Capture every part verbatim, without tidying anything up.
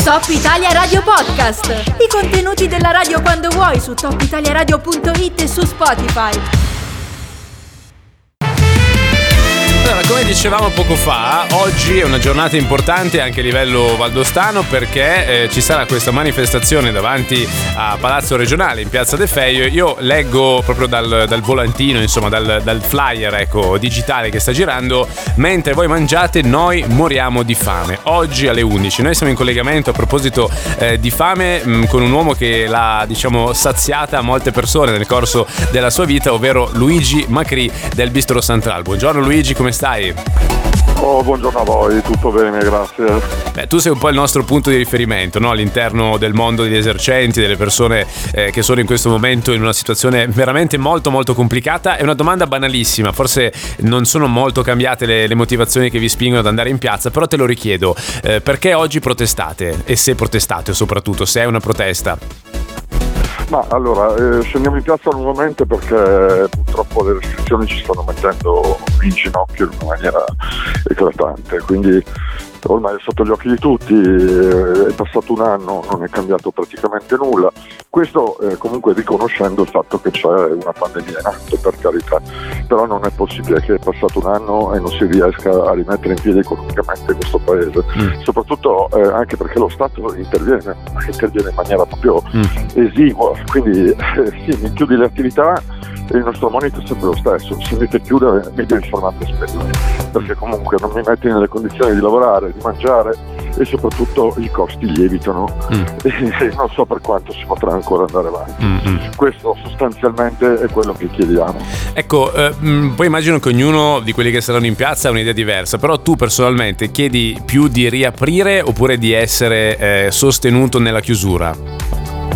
Top Italia Radio Podcast. I contenuti della radio quando vuoi su top italia radio punto it e su Spotify. Allora, come dicevamo poco fa, oggi è una giornata importante anche a livello valdostano perché eh, ci sarà questa manifestazione davanti a Palazzo Regionale in Piazza De Feio. Io leggo proprio dal, dal volantino, insomma dal, dal flyer ecco, digitale che sta girando: mentre voi mangiate noi moriamo di fame. Oggi alle undici noi siamo in collegamento a proposito eh, di fame mh, con un uomo che l'ha diciamo saziata a molte persone nel corso della sua vita, ovvero Luigi Macri del Bistro Central. Buongiorno Luigi, come stai? Oh, buongiorno a voi, tutto bene, grazie. Beh, tu sei un po' il nostro punto di riferimento, no? All'interno del mondo degli esercenti, delle persone eh, che sono in questo momento in una situazione veramente molto molto complicata. È una domanda banalissima, forse non sono molto cambiate le, le motivazioni che vi spingono ad andare in piazza, però te lo richiedo, eh, perché oggi protestate? E se protestate soprattutto, se è una protesta? Ma allora, eh, scendiamo in piazza nuovamente perché purtroppo le restrizioni ci stanno mettendo in ginocchio in una maniera eclatante, quindi ormai è sotto gli occhi di tutti, è passato un anno, non è cambiato praticamente nulla. Questo eh, comunque riconoscendo il fatto che c'è una pandemia in atto, per carità, però non è possibile che è passato un anno e non si riesca a rimettere in piedi economicamente questo paese, mm. soprattutto eh, anche perché lo Stato interviene, interviene in maniera proprio mm. esigua, quindi eh, sì, mi chiudi le attività e il nostro monito è sempre lo stesso: se mi fai chiudere mi devi formare spendere, perché comunque non mi metti nelle condizioni di lavorare, di mangiare e soprattutto i costi lievitano mm. e non so per quanto si potrà ancora andare avanti. Mm-hmm. Questo sostanzialmente è quello che chiediamo. Ecco, eh, poi immagino che ognuno di quelli che saranno in piazza ha un'idea diversa, però tu personalmente chiedi più di riaprire oppure di essere eh, sostenuto nella chiusura?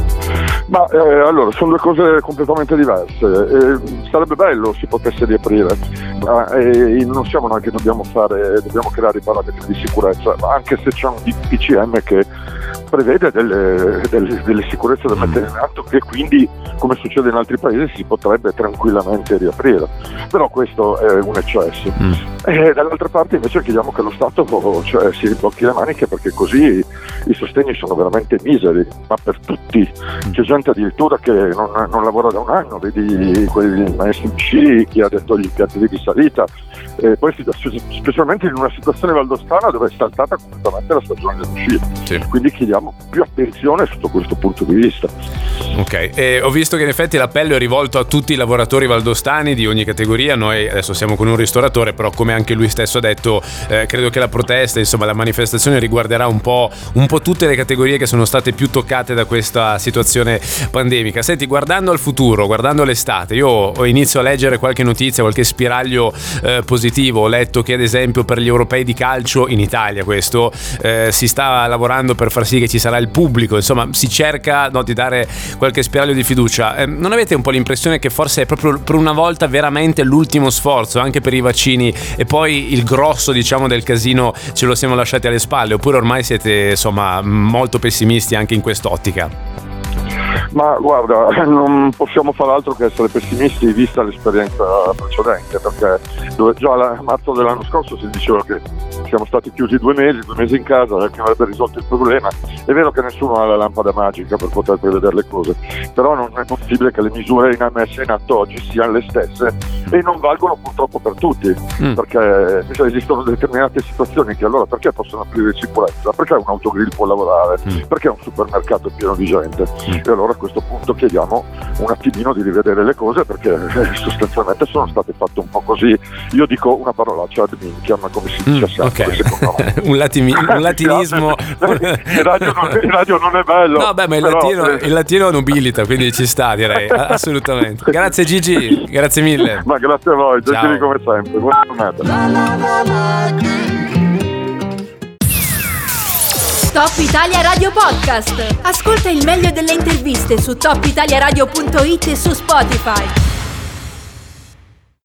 Ma eh, allora, sono due cose completamente diverse. Eh, sarebbe bello si potesse riaprire, ma eh, non siamo noi che dobbiamo fare, dobbiamo creare i parametri di sicurezza, anche se c'è un D C M che prevede delle, delle, delle sicurezze da mettere in atto, che quindi, come succede in altri paesi, si potrebbe tranquillamente riaprire. Però questo è un eccesso. Mm. E dall'altra parte invece chiediamo che lo Stato cioè, si riblocchi le maniche, perché così i sostegni sono veramente miseri, ma per tutti. C'è gente addirittura che non, non lavora da un anno, vedi quelli maestri in sci, chi ha detto gli impianti di risalita, e poi specialmente in una situazione valdostana dove è saltata completamente la stagione dello sci. Sì. Quindi chiediamo più attenzione sotto questo punto di vista. Ok, e ho visto che in effetti l'appello è rivolto a tutti i lavoratori valdostani di ogni categoria. Noi adesso siamo con un ristoratore, però come anche lui stesso ha detto, eh, credo che la protesta, insomma la manifestazione riguarderà un po', un po' tutte le categorie che sono state più toccate da questa situazione pandemica. Senti, guardando al futuro, guardando l'estate, io inizio a leggere qualche notizia, qualche spiraglio eh, positivo. Ho letto che ad esempio per gli europei di calcio in Italia, questo eh, si sta lavorando per far sì che ci sarà il pubblico, insomma si cerca no, di dare qualche spiraglio di fiducia. Eh, non avete un po' l'impressione che forse è proprio per una volta veramente l'ultimo sforzo anche per i vaccini e poi il grosso diciamo del casino ce lo siamo lasciati alle spalle, oppure ormai siete insomma molto pessimisti anche in quest'ottica? Ma guarda, non possiamo fare altro che essere pessimisti vista l'esperienza precedente, perché già a marzo dell'anno scorso si diceva che siamo stati chiusi due mesi, due mesi in casa, che avrebbe risolto il problema. È vero che nessuno ha la lampada magica per poter prevedere le cose, però non è possibile che le misure messe in atto oggi siano le stesse e non valgono purtroppo per tutti, mm. perché esistono determinate situazioni che allora perché possono aprire in sicurezza? Perché un autogrill può lavorare? Mm. Perché un supermercato è pieno di gente? Mm. E allora a questo punto chiediamo un attimino di rivedere le cose, perché eh, sostanzialmente sono state fatte un po' così. Io dico una parolaccia ad minchia, ma come si dice mm, sempre, okay. secondo me. un, latimi- un latinismo. il, radio non, il radio non è bello. No, beh, ma il, però, latino, eh. il latino nobilita, quindi ci sta, direi, assolutamente. Grazie Gigi, grazie mille. Ma grazie a voi, gentili come sempre. Buona giornata. Top Italia Radio Podcast. Ascolta il meglio delle interviste su top italia radio punto it e su Spotify.